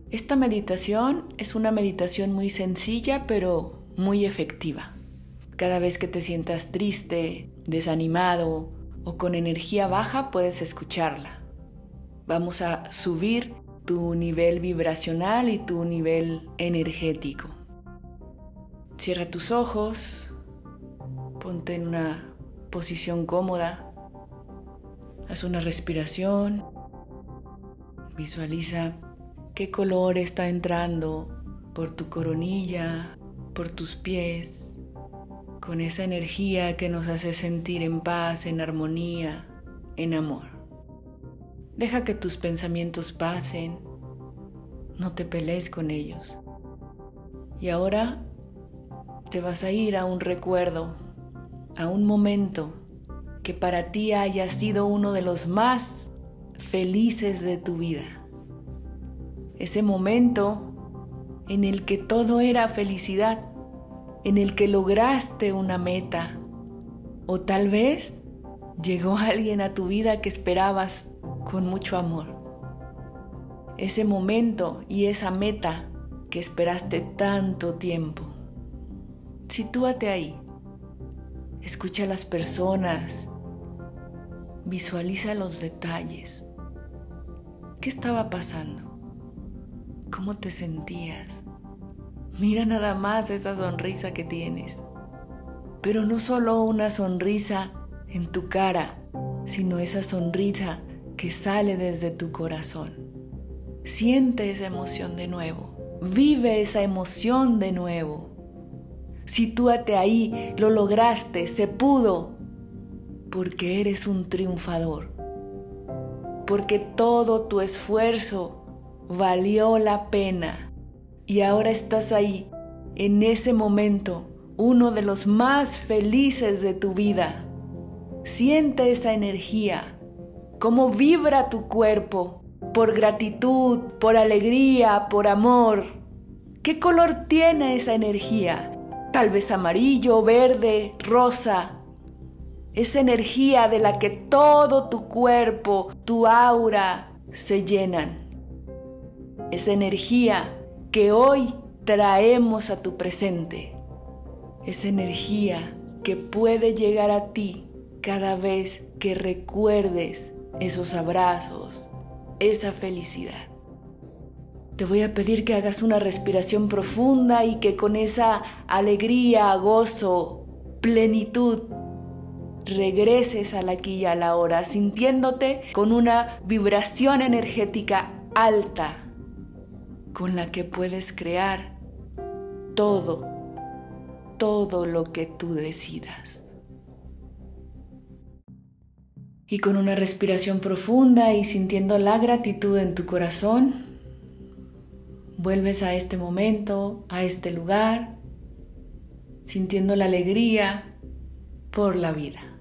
Esta meditación es una meditación muy sencilla pero muy efectiva. Cada vez que te sientas triste, desanimado o con energía baja, puedes escucharla. Vamos a subir tu nivel vibracional y tu nivel energético. Cierra tus ojos, ponte en una posición cómoda, haz una respiración, visualiza qué color está entrando por tu coronilla, por tus pies, con esa energía que nos hace sentir en paz, en armonía, en amor. Deja que tus pensamientos pasen, no te pelees con ellos. Y ahora te vas a ir a un recuerdo, a un momento que para ti haya sido uno de los más felices de tu vida. Ese momento en el que todo era felicidad, en el que lograste una meta, o tal vez llegó alguien a tu vida que esperabas con mucho amor. Ese momento y esa meta que esperaste tanto tiempo. Sitúate ahí, escucha a las personas, visualiza los detalles. ¿Qué estaba pasando? ¿Cómo te sentías? Mira nada más esa sonrisa que tienes. Pero no solo una sonrisa en tu cara, sino esa sonrisa que sale desde tu corazón. Siente esa emoción de nuevo. Vive esa emoción de nuevo. Sitúate ahí, lo lograste, se pudo, porque eres un triunfador, porque todo tu esfuerzo valió la pena y ahora estás ahí, en ese momento, uno de los más felices de tu vida. Siente esa energía, cómo vibra tu cuerpo, por gratitud, por alegría, por amor. ¿Qué color tiene esa energía? Tal vez amarillo, verde, rosa. Esa energía de la que todo tu cuerpo, tu aura se llenan. Esa energía que hoy traemos a tu presente. Esa energía que puede llegar a ti cada vez que recuerdes esos abrazos, esa felicidad. Te voy a pedir que hagas una respiración profunda y que con esa alegría, gozo, plenitud, regreses al aquí y a la ahora, sintiéndote con una vibración energética alta, con la que puedes crear todo lo que tú decidas. Y con una respiración profunda y sintiendo la gratitud en tu corazón, vuelves a este momento, a este lugar, sintiendo la alegría por la vida.